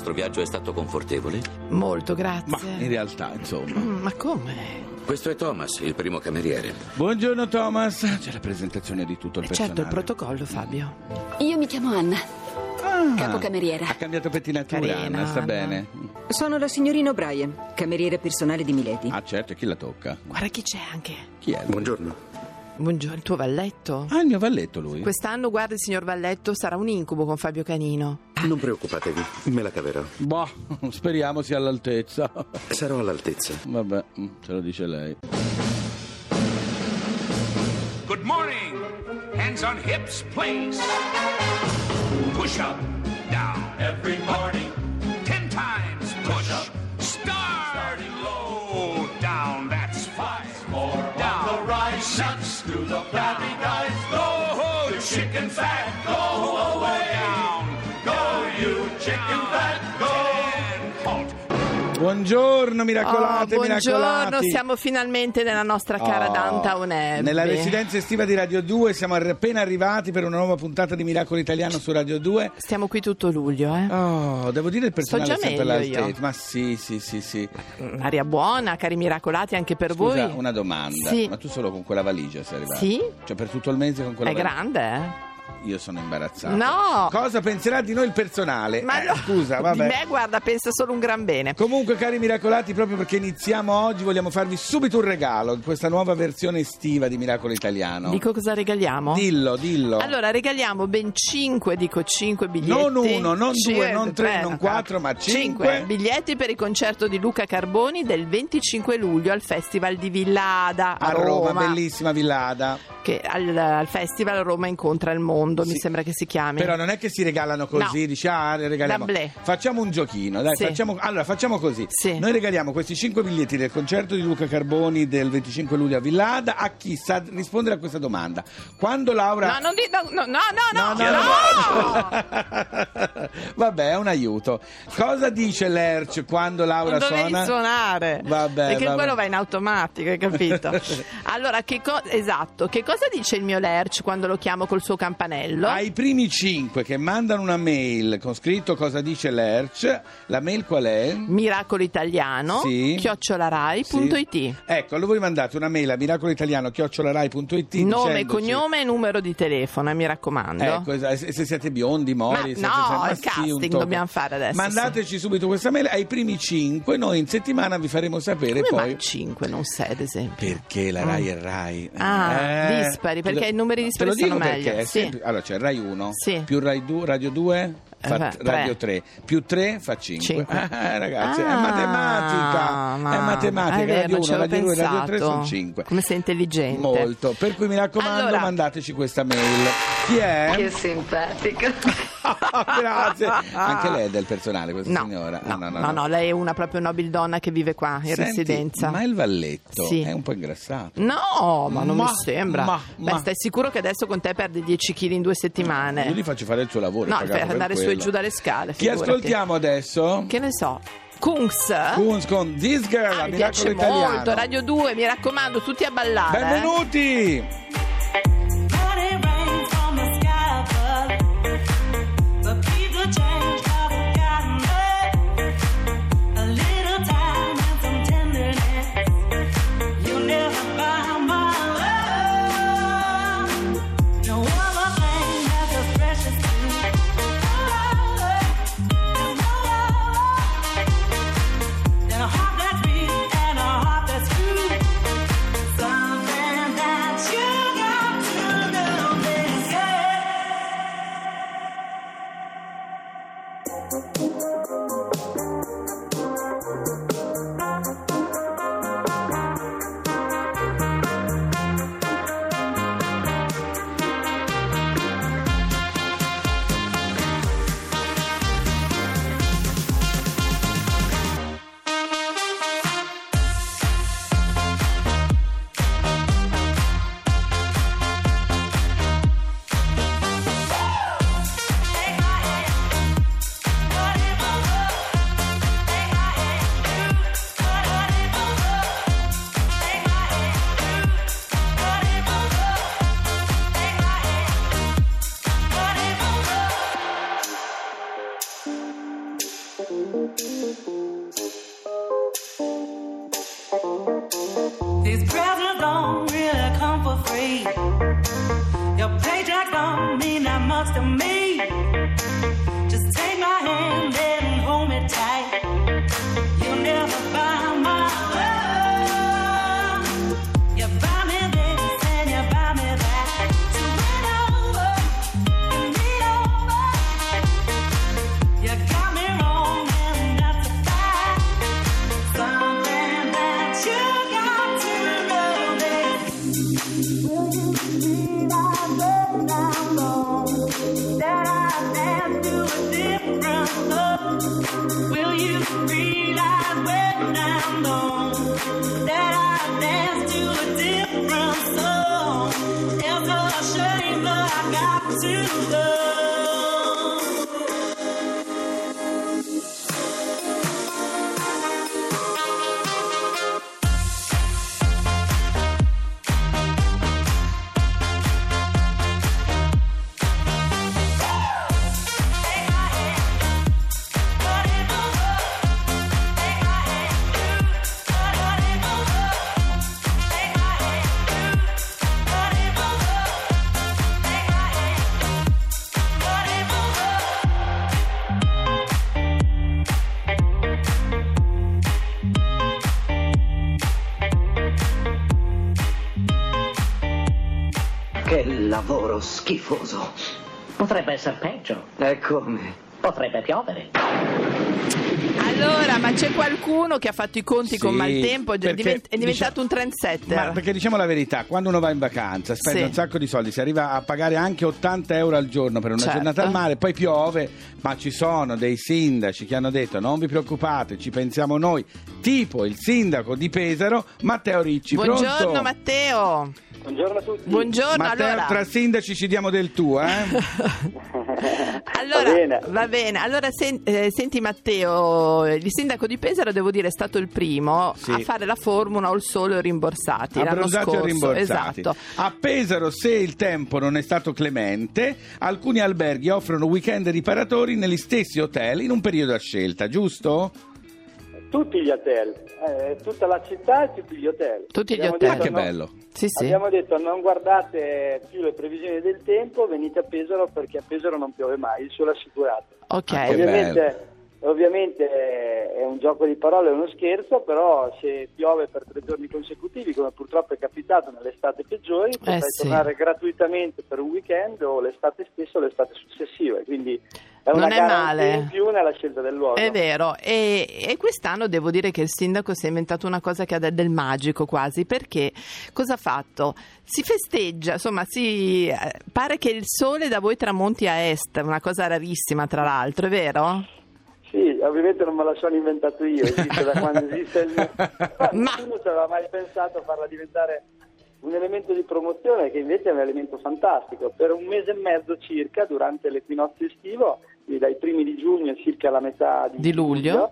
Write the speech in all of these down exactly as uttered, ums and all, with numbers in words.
vostro viaggio è stato confortevole? Molto, grazie. Ma in realtà, insomma. Mm, ma come? Questo è Thomas, il primo cameriere. Buongiorno Thomas. C'è la presentazione di tutto il Eh, personale. certo, il protocollo, Fabio. Io mi chiamo Anna, Ah, capocameriera. ha cambiato pettinatura, Carina, Anna, sta Anna. bene. Sono la signorina O'Brien, cameriere personale di Milady. Ah certo, e chi la tocca? Guarda chi c'è anche. Chi è? Buongiorno. Buongiorno, il tuo valletto. Ah, il mio valletto lui. Quest'anno, guarda, il signor Valletto sarà un incubo con Fabio Canino. Non preoccupatevi, me la caverò. Boh, speriamo sia all'altezza. Sarò all'altezza. Vabbè, ce lo dice lei. Good morning. Hands on hips, please. Push up, down. Every morning. Ten times push up. Starting low, down. That's five. More down. On the rise. Six to the flabby guys. Go, you chicken fat. Go away. Down. Go, you chicken fat. Go. Ten. Halt. Buongiorno miracolate, Oh, buongiorno, miracolati. siamo finalmente nella nostra cara Oh, Downtown Abbey. Nella residenza estiva di Radio due, siamo appena arrivati per una nuova puntata di Miracolo Italiano su Radio due. Stiamo qui tutto luglio, eh. Oh, devo dire il personale Sto è già sempre meglio all'altezza. io. Ma sì, sì, sì, sì. Aria buona, cari miracolati, anche per Scusa, voi. una domanda. Sì. Ma tu solo con quella valigia sei arrivato? Sì. Cioè per tutto il mese con quella È valigia? grande, eh. Io sono imbarazzato. No. Cosa penserà di noi il personale? Ma Eh, no, scusa, vabbè. di me, guarda, pensa solo un gran bene. Comunque, cari miracolati, proprio perché iniziamo oggi, vogliamo farvi subito un regalo in questa nuova versione estiva di Miracolo Italiano. Dico cosa regaliamo? Dillo, dillo. Allora, regaliamo ben cinque, dico cinque biglietti. Non uno, non Ci- due, non tre, eh, non quattro, ma cinque. biglietti per il concerto di Luca Carboni del venticinque luglio al Festival di Villada a, a Roma, bellissima Villada. Che al, al Festival Roma incontra il mondo, Sì. mi sembra che si chiami. Però non è che si regalano così, No. dici ah, regaliamo. D'amblè. Facciamo un giochino, dai, Sì. facciamo, allora facciamo così. Sì. Noi regaliamo questi cinque biglietti del concerto di Luca Carboni del venticinque luglio a Villada a chi sa rispondere a questa domanda. Quando Laura No, non di, no, no, no, no, No, no, no, no. Vabbè, è un aiuto. Cosa dice l'Erc quando Laura Non dovevi suona? suonare. Vabbè, perché vabbè. quello va in automatico, hai capito? Allora, che co- esatto, che cosa dice il mio Lerch quando lo chiamo col suo campanello? Ai primi cinque che mandano una mail con scritto cosa dice l'Erc, la mail qual è? Miracolo Italiano, Sì. chiocciolarai punto it. Ecco, allora voi mandate una mail a miracoloitaliano chiocciolarai punto it Nome, dicendoci- cognome e numero di telefono, eh, mi raccomando. Ecco, es- se se siete biondi, mori, se Ma no, siete- ma il sì, casting un tocco. dobbiamo fare adesso, Mandateci subito questa mail ai primi cinque, noi in settimana vi faremo sapere Come poi mai cinque, non sei ad esempio? perché la Rai è Rai. Ah, Eh, dispari, te lo- perché i numeri dispari te lo dico sono perché meglio, è sì. sempre- allora c'è Rai uno Sì. più Rai due, Radio due fa Eh, t- tre. Radio tre più tre fa cinque. Cinque. Eh, ragazzi, è Ah, matematica. ma- È matematica. è vero, Radio non ci uno, avevo Radio due, Radio tre pensato. sono cinque. Come sei intelligente. Molto. Per cui mi raccomando, Allora- mandateci questa mail. Chi è? Che simpatico. Grazie. Anche lei è del personale, questa No, signora? no, Ah, no, no, lei è una proprio nobile donna che vive qua in Senti, residenza. ma il valletto Sì. è un po' ingrassato. No, ma non Ma- mi sembra. ma- Beh, ma- stai sicuro che adesso con te perde dieci chili in due settimane? Io gli faccio fare il suo lavoro. No, è pagato per per andare su e quello. giù dalle scale. Chi figurati. ascoltiamo adesso? Che ne so. Kunz? Kunz con This Girl, Ah, a mi Miracolo piace Italiano. molto. Radio due, mi raccomando, tutti a ballare. eh. Benvenuti! Whatever These presents don't really come for free. Your paycheck don't mean that much to me. Just take my hand and hold me tight. You'll never find my love. You buy me this and you buy me that. So lean over, you lean over. You got me wrong and that's a fact. Something that you got to know is, will you believe I love down low? That I dance to a different love. Will you realize way down low that I dance to a different song? It's a shame, but I got to love. Che lavoro schifoso. Potrebbe essere peggio. E come? Potrebbe piovere. Allora, ma c'è qualcuno che ha fatto i conti Sì, con Maltempo? È perché, divent- è diventato diciamo- un trendsetter. Ma perché diciamo la verità, quando uno va in vacanza spende Sì. un sacco di soldi, si arriva a pagare anche ottanta euro al giorno per una Certo. giornata al mare, poi piove, ma ci sono dei sindaci che hanno detto non vi preoccupate, ci pensiamo noi, tipo il sindaco di Pesaro, Matteo Ricci. Buongiorno Pronto? Matteo. Buongiorno a tutti. Buongiorno, Matteo, allora. tra sindaci ci diamo del tu, eh? Allora, Va bene. va bene. Allora, sen- eh, senti Matteo, il sindaco di Pesaro, devo dire, è stato il primo Sì. a fare la formula o il sole o rimborsati l'anno Abbronzati scorso. o rimborsati. Esatto. A Pesaro, se il tempo non è stato clemente, alcuni alberghi offrono weekend riparatori negli stessi hotel in un periodo a scelta, giusto? Tutti gli hotel, eh, tutta la città e tutti gli hotel. Tutti gli Abbiamo hotel. Ah, detto che no- bello. Sì, sì. Abbiamo detto non guardate più le previsioni del tempo, venite a Pesaro perché a Pesaro non piove mai, il sole è assicurato. Ok. Ah, che Ovviamente, ovviamente è un gioco di parole, è uno scherzo, però se piove per tre giorni consecutivi, come purtroppo è capitato nelle estate peggiori, potrai sì. tornare gratuitamente per un weekend o l'estate stessa o l'estate successiva, quindi è Non una è garanzia male. in più nella scelta del luogo. È vero, e, e quest'anno devo dire che il sindaco si è inventato una cosa che ha del, del magico quasi, perché cosa ha fatto? Si festeggia, insomma, si, eh, pare che il sole da voi tramonti a est, una cosa rarissima tra l'altro, è vero? Sì, ovviamente non me la sono inventato io, esiste da quando esiste il... Ma Ma- nessuno ci aveva mai pensato a farla diventare un elemento di promozione, che invece è un elemento fantastico. Per un mese e mezzo circa, durante l'equinozio estivo, quindi dai primi di giugno circa alla metà di, Di luglio.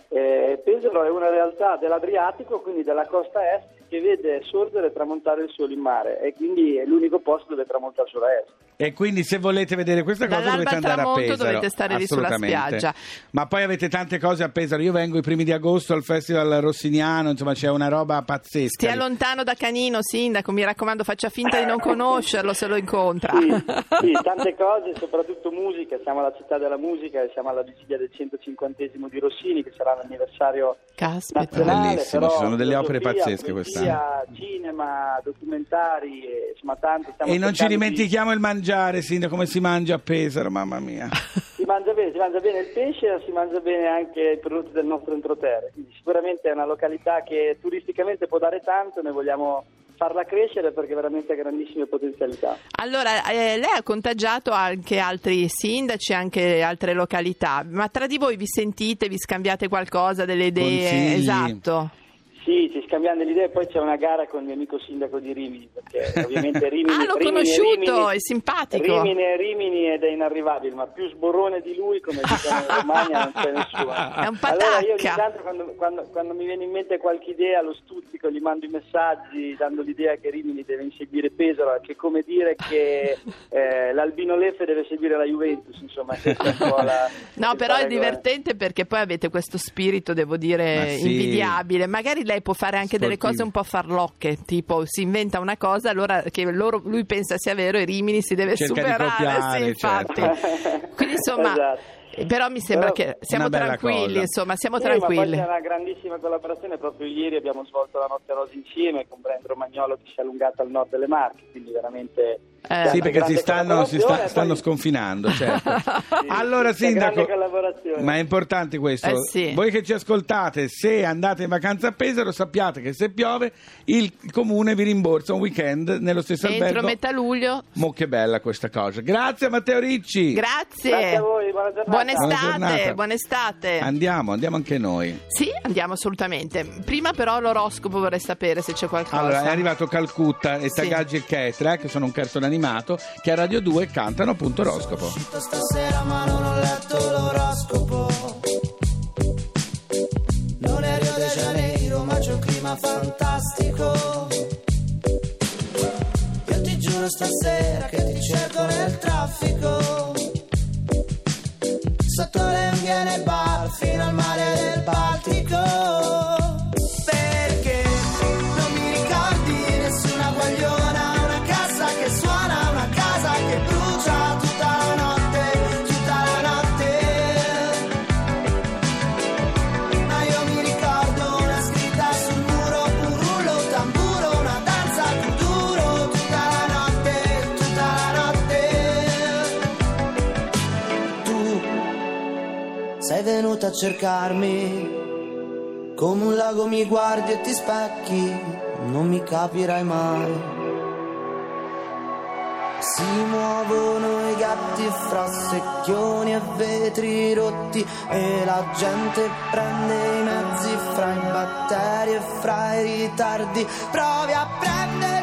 eh, Pesaro è una realtà dell'Adriatico, quindi della costa est, che vede sorgere e tramontare il sole in mare, e quindi è l'unico posto dove tramonta il sole a est. E quindi se volete vedere questa cosa Dall'alba dovete al andare a tramonto Pesaro. dovete stare lì sulla Assolutamente. spiaggia. Ma poi avete tante cose a Pesaro. Io vengo i primi di agosto al Festival Rossiniano, insomma c'è una roba pazzesca. Stia lontano da Canino, sindaco, mi raccomando, faccia finta di non conoscerlo se lo incontra. Sì, sì, tante cose, soprattutto musica. Siamo alla città della musica e siamo alla vigilia del centocinquantesimo di Rossini, che sarà l'anniversario Caspita. nazionale. Bellissimo, però ci sono delle opere filosofia, pazzesche poesia, cinema, documentari, e, insomma tanti. Stiamo E non ci cercando di- dimentichiamo il mangiare, sindaco, come si mangia a Pesaro, mamma mia. Si mangia bene, si mangia bene il pesce e si mangia bene anche i prodotti del nostro entroterra. Quindi sicuramente è una località che turisticamente può dare tanto, noi vogliamo farla crescere perché veramente ha grandissime potenzialità. Allora, eh, lei ha contagiato anche altri sindaci, anche altre località, ma tra di voi vi sentite, vi scambiate qualcosa, delle idee? Consigli. Esatto. Sì, ci scambiamo le idee, poi c'è una gara con il mio amico sindaco di Rimini, perché ovviamente Rimini... Ah, l'ho Rimini, conosciuto, Rimini, è simpatico. Rimini è Rimini ed è inarrivabile, ma più sborone di lui, come dicono in Romagna, non c'è nessuno. È un Allora io ogni patacca. tanto quando, quando, quando mi viene in mente qualche idea lo stuzzico, gli mando i messaggi dando l'idea che Rimini deve inseguire Pesaro, che è come dire che eh, l'Albino Leffe deve seguire la Juventus, insomma. Questa è un po' la- No, il però è paragone. divertente perché poi avete questo spirito, devo dire, Ma sì. invidiabile. Magari lei può fare anche delle Sportivi. cose un po' farlocche, tipo si inventa una cosa allora che loro, lui pensa sia vero e Rimini si deve Cerca di superare, copiare, sì, infatti. certo. Quindi insomma, Esatto. però mi sembra Però che siamo una bella tranquilli, cosa. insomma, siamo Sì, ma poi tranquilli. c'è una grandissima collaborazione, proprio ieri abbiamo svolto la Notte Rosa insieme con Brand Romagnolo che si è allungato al nord delle Marche, quindi veramente... Eh. c'è Sì, una perché si grande stanno, si sta- collaborazione, stanno poi- sconfinando, certo. Sì, Allora, c'è Sindaco, grande collaborazione. ma è importante questo. Eh sì. Voi che ci ascoltate, se andate in vacanza a Pesaro, sappiate che se piove il comune vi rimborsa un weekend nello stesso Entro albergo. metà luglio. Mo che bella questa cosa. Grazie a Matteo Ricci. Grazie. Grazie a voi, buona giornata. Buona Buona estate, giornata. buona estate. Andiamo, andiamo anche noi. Sì, andiamo assolutamente. Prima però l'oroscopo vorrei sapere se c'è qualcosa. Allora, è arrivato Calcutta e Sì. Tagaggi e Chetra, che sono un cartone animato, che a Radio due cantano appunto oroscopo. Stasera ma non ho letto l'oroscopo. Non è Rio de Janeiro ma c'è un clima fantastico. Io ti giuro stasera che ti cerco nel traffico. Sotto le unghie nei bar fino al mare del Baltico. Perché non mi ricordi nessuna guagliona, una casa che suona, una casa che brucia tutta la notte, tutta la notte. Ma io mi ricordo una scritta sul muro, un rullo, un tamburo, una danza kuduro, tutta la notte, tutta la notte. Tu sei venuta a cercarmi, come un lago mi guardi e ti specchi, non mi capirai mai. Si muovono i gatti fra secchioni e vetri rotti e la gente prende i mezzi fra i batteri e fra i ritardi. Provi a prendere